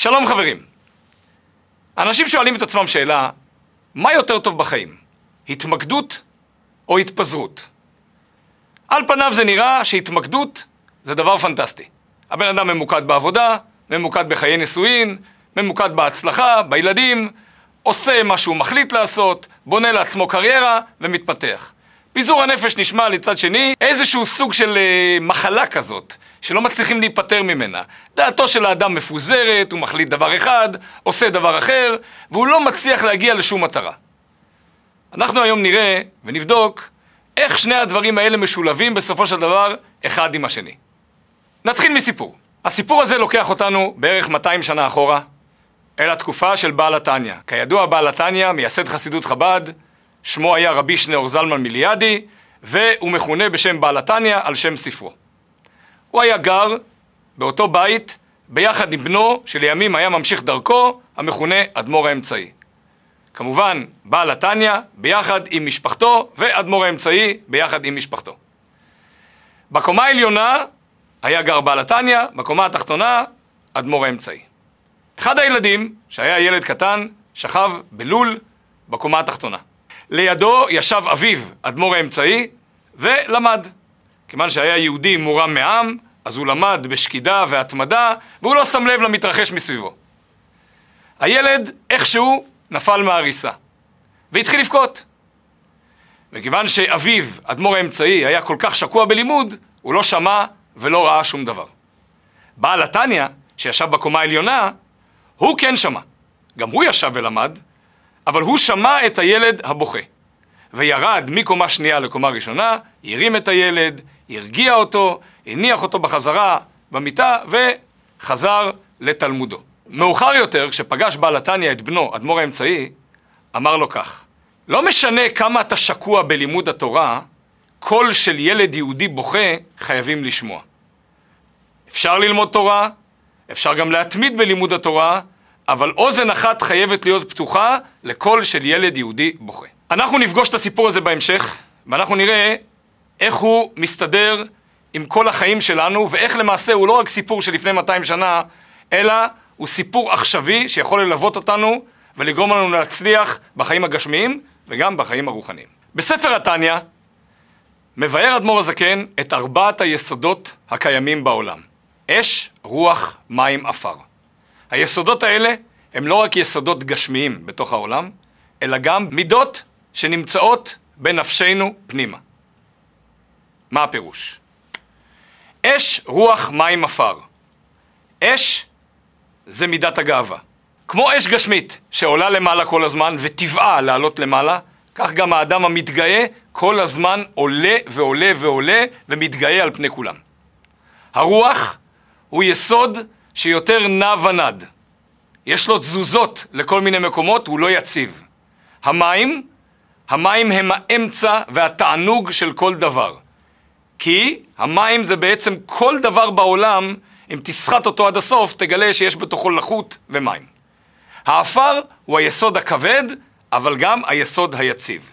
שלום חברים. אנשים שואלים את עצמם שאלה, מה יותר טוב בחיים? התמקדות או התפזרות? על פניו זה נראה שהתמקדות זה דבר פנטסטי. הבן אדם ממוקד בעבודה, ממוקד בחיי נישואין, ממוקד בהצלחה, בילדים, עושה מה שהוא מחליט לעשות, בונה לעצמו קריירה ומתפתח. פיזור הנפש נשמע לצד שני איזשהו סוג של מחלה כזאת, שלא מצליחים להיפטר ממנה. דעתו של האדם מפוזרת, הוא מחליט דבר אחד, עושה דבר אחר, והוא לא מצליח להגיע לשום מטרה. אנחנו היום נראה ונבדוק איך שני הדברים האלה משולבים בסופו של דבר אחד עם השני. נתחיל מסיפור. הסיפור הזה לוקח אותנו בערך 200 שנה אחורה, אל התקופה של בעל התניא. כידוע, בעל התניא, מייסד חסידות חב"ד, שמו היה רבי שניאור זלמן מיליאדי, והוא מכונה בשם בעל התניא על שם ספרו. הוא היה גר באותו בית ביחד עם בנו, שלימים היה ממשיך דרכו, המכונה אדמו"ר האמצעי. כמובן, בעל התניא ביחד עם משפחתו, ואדמו"ר האמצעי ביחד עם משפחתו. בקומה העליונה היה גר בעל התניא, בקומה התחתונה אדמו"ר האמצעי. אחד הילדים, שהיה ילד קטן, שכב בלול בקומה התחתונה. לידו ישב אביו, אדמו"ר האמצעי, ולמד. כיוון שהיה יהודי מורם מעם, אז הוא למד בשקידה והתמדה, והוא לא שם לב למתרחש מסביבו. הילד איכשהו נפל מהעריסה, והתחיל לבכות. וכיוון שאביו, אדמו"ר האמצעי, היה כל כך שקוע בלימוד, הוא לא שמע ולא ראה שום דבר. בעל התניא, שישב בקומה העליונה, הוא כן שמע. גם הוא ישב ולמד, אבל הוא שמע את הילד הבוכה. וירד מקומה שנייה לקומה ראשונה, הרים את הילד, הרגיע אותו, הניח אותו בחזרה במיטה וחזר לתלמודו. מאוחר יותר, כשפגש בעל התניא את בנו, אדמו"ר האמצעי, אמר לו כך: לא משנה כמה אתה שקוע בלימוד התורה, קול של ילד יהודי בוכה חייבים לשמוע. אפשר ללמוד תורה, אפשר גם להתמיד בלימוד התורה, אבל אוזן אחת חייבת להיות פתוחה לקול של ילד יהודי בוכה. אנחנו נפגוש את הסיפור הזה בהמשך, ואנחנו נראה איך הוא מסתדר עם כל החיים שלנו, ואיך למעשה הוא לא רק סיפור של לפני 200 שנה, אלא הוא סיפור עכשווי שיכול ללוות אותנו ולגרום לנו להצליח בחיים הגשמיים וגם בחיים הרוחניים. בספר התניא מבאר אדמו"ר הזקן את 4 היסודות הקיימים בעולם: אש, רוח, מים, עפר. היסודות האלה הם לא רק יסודות גשמיים בתוך העולם, אלא גם מידות שנמצאות בנפשנו פנימה. מה הפירוש? אש, רוח, מים, עפר. אש זה מידת הגאווה. כמו אש גשמית שעולה למעלה כל הזמן וטבעה לעלות למעלה, כך גם האדם המתגאה כל הזמן עולה ועולה ועולה ומתגאה על פני כולם. הרוח הוא יסוד שיותר נע ונד. יש לו תזוזות לכל מיני מקומות, הוא לא יציב. המים הם האמצע והתענוג של כל דבר. כי המים זה בעצם כל דבר בעולם, אם תסחט אותו עד הסוף, תגלה שיש בתוכו לחות ומים. העפר הוא היסוד הכבד, אבל גם היסוד היציב.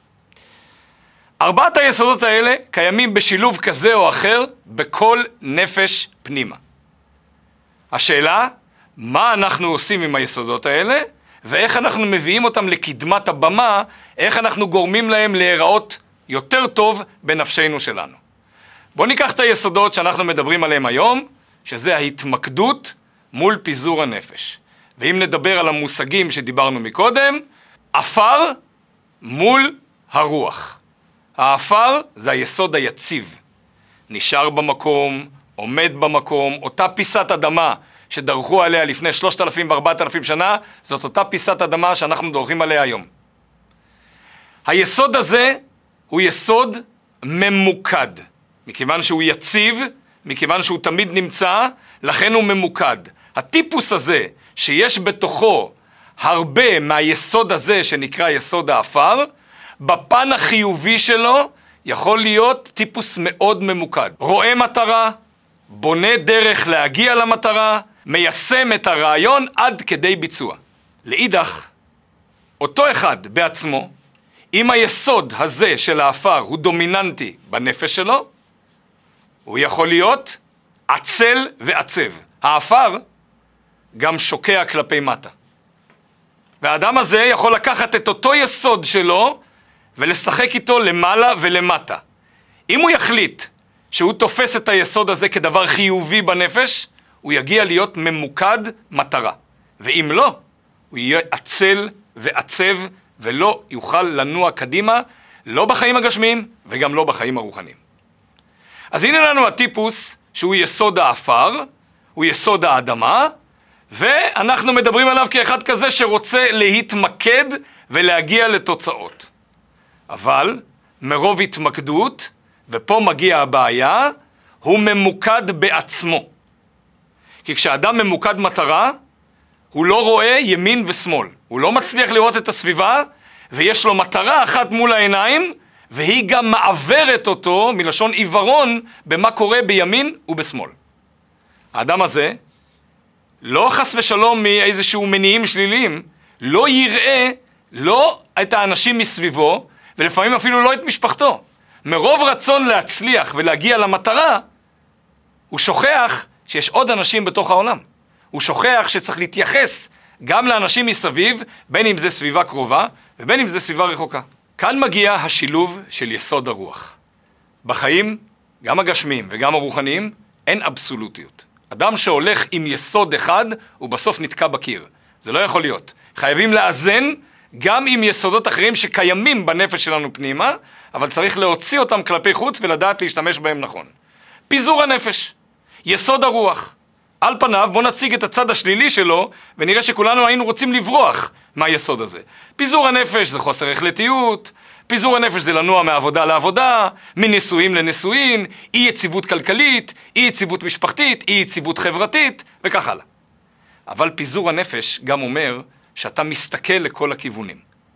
4 היסודות האלה קיימים בשילוב כזה או אחר בכל נפש פנימה. השאלה, מה אנחנו עושים עם היסודות האלה, ואיך אנחנו מביאים אותם לקדמת הבמה, איך אנחנו גורמים להם להיראות יותר טוב בנפשנו שלנו. בואו ניקח את היסודות שאנחנו מדברים עליהם היום, שזה ההתמקדות מול פיזור הנפש. ואם נדבר על המושגים שדיברנו מקודם, עפר מול הרוח. העפר זה היסוד היציב. נשאר במקום, עומד במקום, אותה פיסת אדמה שדרכו עליה לפני 3,000 ו-4,000 שנה, זאת אותה פיסת אדמה שאנחנו דורכים עליה היום. היסוד הזה הוא יסוד ממוקד. מכיוון שהוא יציב, מכיוון שהוא תמיד נמצא, לכן הוא ממוקד. הטיפוס הזה שיש בתוכו הרבה מהיסוד הזה שנקרא יסוד העפר, בפן החיובי שלו יכול להיות טיפוס מאוד ממוקד. רואה מטרה, בונה דרך להגיע למטרה, מיישם את הרעיון עד כדי ביצוע. לאידך, אותו אחד בעצמו, אם היסוד הזה של העפר הוא דומיננטי בנפש שלו, הוא יכול להיות עצל ועצב. העפר גם שוקע כלפי מטה. והאדם הזה יכול לקחת את אותו יסוד שלו ולשחק איתו למעלה ולמטה. אם הוא יחליט שהוא תופס את היסוד הזה כדבר חיובי בנפש, הוא יגיע להיות ממוקד מטרה. ואם לא, הוא יהיה עצל ועצב ולא יוכל לנוע קדימה, לא בחיים הגשמיים וגם לא בחיים הרוחניים. אז הנה לנו הטיפוס שהוא יסוד האפר, הוא יסוד האדמה, ואנחנו מדברים עליו כאחד כזה שרוצה להתמקד ולהגיע לתוצאות. אבל מרוב התמקדות, ופה מגיע הבעיה, הוא ממוקד בעצמו. כי כשאדם ממוקד מטרה, הוא לא רואה ימין ושמאל. הוא לא מצליח לראות את הסביבה, ויש לו מטרה אחת מול העיניים, והיא גם מעברת אותו, מלשון עיוורון, במה קורה בימין ובשמאל. האדם הזה, לא חס ושלום מאיזשהו מניעים שליליים, לא יראה לא את האנשים מסביבו, ולפעמים אפילו לא את משפחתו. מרוב רצון להצליח ולהגיע למטרה, הוא שוכח שיש עוד אנשים בתוך העולם. הוא שוכח שצריך להתייחס גם לאנשים מסביב, בין אם זה סביבה קרובה ובין אם זה סביבה רחוקה. כאן מגיע השילוב של יסוד הרוח. בחיים, גם הגשמיים וגם הרוחניים, אין אבסולוטיות. אדם שהולך עם יסוד אחד, הוא בסוף נתקע בקיר. זה לא יכול להיות. חייבים לאזן גם עם יסודות אחרים שקיימים בנפש שלנו פנימה, אבל צריך להוציא אותם כלפי חוץ ולדעת להשתמש בהם נכון. פיזור הנפש, יסוד הרוח. על פניו בוא נציג את הצד השלילי שלו, ונראה שכולנו היינו רוצים לברוח מהיסוד הזה. פיזור הנפש זה חוסר החלטיות, פיזור הנפש זה לנוע מעבודה לעבודה, מנישואים לנישואין, אי יציבות כלכלית, אי יציבות משפחתית, אי יציבות חברתית, וכך הלאה. אבל פיזור הנפש גם אומר שאתה מסתכל לכל הכיוונים.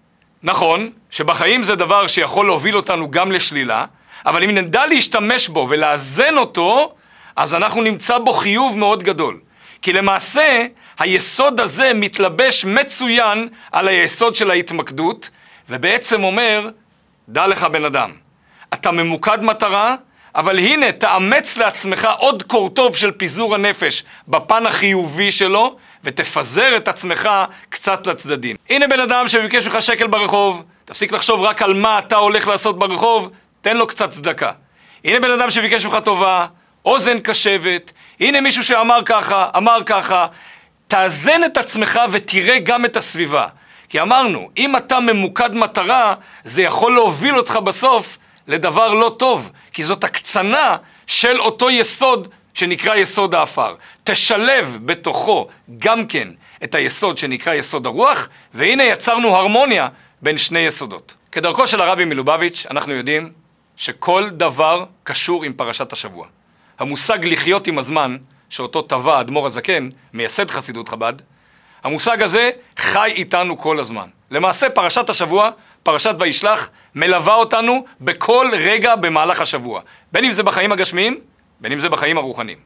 נכון שבחיים זה דבר שיכול להוביל אותנו גם לשלילה, אבל אם נדע להשתמש בו ולאזן אותו, אז אנחנו נמצא בו חיוב מאוד גדול. כי למעשה היסוד הזה מתלבש מצוין על היסוד של ההתמקדות, ובעצם אומר, דע לך בן אדם, אתה ממוקד מטרה, אבל הנה תאמץ לעצמך עוד קורטוב של פיזור הנפש בפן החיובי שלו, ותפזר את עצמך קצת לצדדים. הנה בן אדם שביקש ממך שקל ברחוב, תפסיק לחשוב רק על מה אתה הולך לעשות ברחוב, תן לו קצת צדקה. הנה בן אדם שביקש ממך טובה, אוזן קשבת, הנה מישהו שאמר ככה, אמר ככה, תאזן את עצמך ותראה גם את הסביבה. כי אמרנו, אם אתה ממוקד מטרה, זה יכול להוביל אותך בסוף לדבר לא טוב, כי זאת הקצנה של אותו יסוד שנקרא יסוד האפר. תשלב בתוכו גם כן את היסוד שנקרא יסוד הרוח, והנה יצרנו הרמוניה בין שני יסודות. כדרכו של הרבי מלובביץ', אנחנו יודעים שכל דבר קשור עם פרשת השבוע. המושג לחיות עם הזמן, שאותו טבע אדמו"ר הזקן, מייסד חסידות חב"ד, המושג הזה חי איתנו כל הזמן. למעשה פרשת השבוע, פרשת וישלח, מלווה אותנו בכל רגע במהלך השבוע. בין אם זה בחיים הגשמיים, בין אם זה בחיים הרוחניים.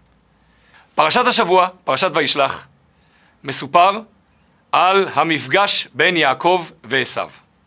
פרשת השבוע, פרשת וישלח, מסופר על המפגש בין יעקב ועשיו.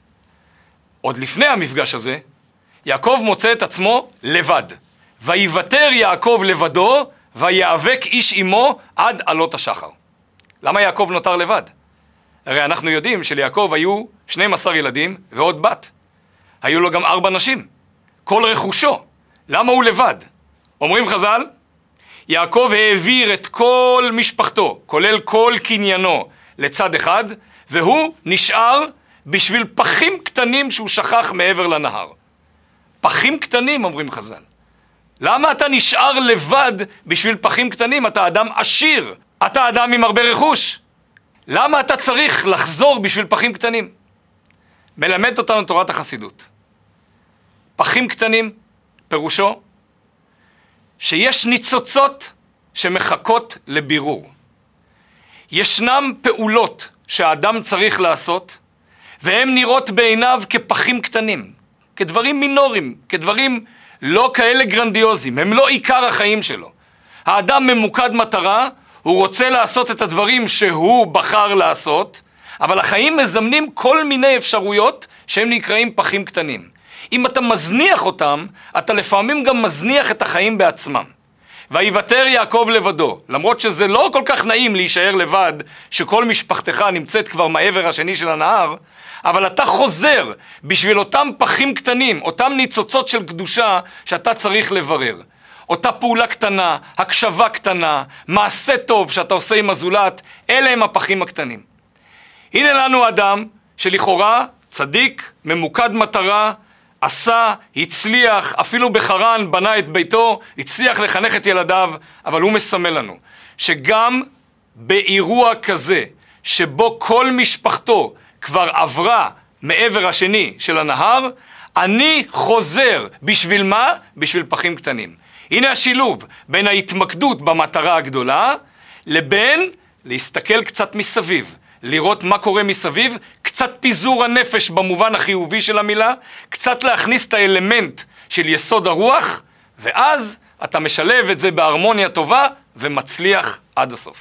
עוד לפני המפגש הזה, יעקב מוצא את עצמו לבד. ויוותר יעקב לבדו, ויאבק איש עמו עד עלות השחר. למה יעקב נותר לבד? הרי אנחנו יודעים שליעקב היו 12 ילדים ועוד בת. היו לו גם 4 נשים. כל רכושו. למה הוא לבד? אומרים חז"ל, יעקב העביר את כל משפחתו, כולל כל קניינו, לצד אחד, והוא נשאר בשביל פחים קטנים שהוא שכח מעבר לנהר. פחים קטנים, אומרים חז"ל. למה אתה נשאר לבד בשביל פחים קטנים? אתה אדם עשיר, אתה אדם עם הרבה רכוש. למה אתה צריך לחזור בשביל פחים קטנים? מלמד אותנו תורת החסידות. פחים קטנים, פירושו, שיש ניצוצות שמחכות לבירור. ישנם פעולות שהאדם צריך לעשות, והן נראות בעיניו כפחים קטנים, כדברים מינוריים, כדברים לא כאלה גרנדיוזיים, הם לא עיקר החיים שלו. האדם ממוקד מטרה, הוא רוצה לעשות את הדברים שהוא בחר לעשות, אבל החיים מזמנים כל מיני אפשרויות שהם נקראים פחים קטנים. אם אתה מזניח אותם, אתה לפעמים גם מזניח את החיים בעצמם. ויוותר יעקב לבדו. למרות שזה לא כל כך נעים להישאר לבד, שכל משפחתך נמצאת כבר מעבר השני של הנהר, אבל אתה חוזר בשביל אותם פחים קטנים, אותם ניצוצות של קדושה שאתה צריך לברר. אותה פעולה קטנה, הקשבה קטנה, מעשה טוב שאתה עושה עם הזולת, אלה הם הפחים הקטנים. הנה לנו אדם שלכאורה צדיק, ממוקד מטרה, עשה, הצליח, אפילו בחרן בנה את ביתו, הצליח לחנך את ילדיו, אבל הוא מסמל לנו שגם באירוע כזה, שבו כל משפחתו כבר עברה מעבר השני של הנהר, אני חוזר. בשביל מה? בשביל פחים קטנים. הנה השילוב בין ההתמקדות במטרה הגדולה, לבין להסתכל קצת מסביב, לראות מה קורה מסביב, קצת פיזור הנפש במובן החיובי של המילה, קצת להכניס את האלמנט של יסוד הרוח, ואז אתה משלב את זה בהרמוניה טובה ומצליח עד הסוף.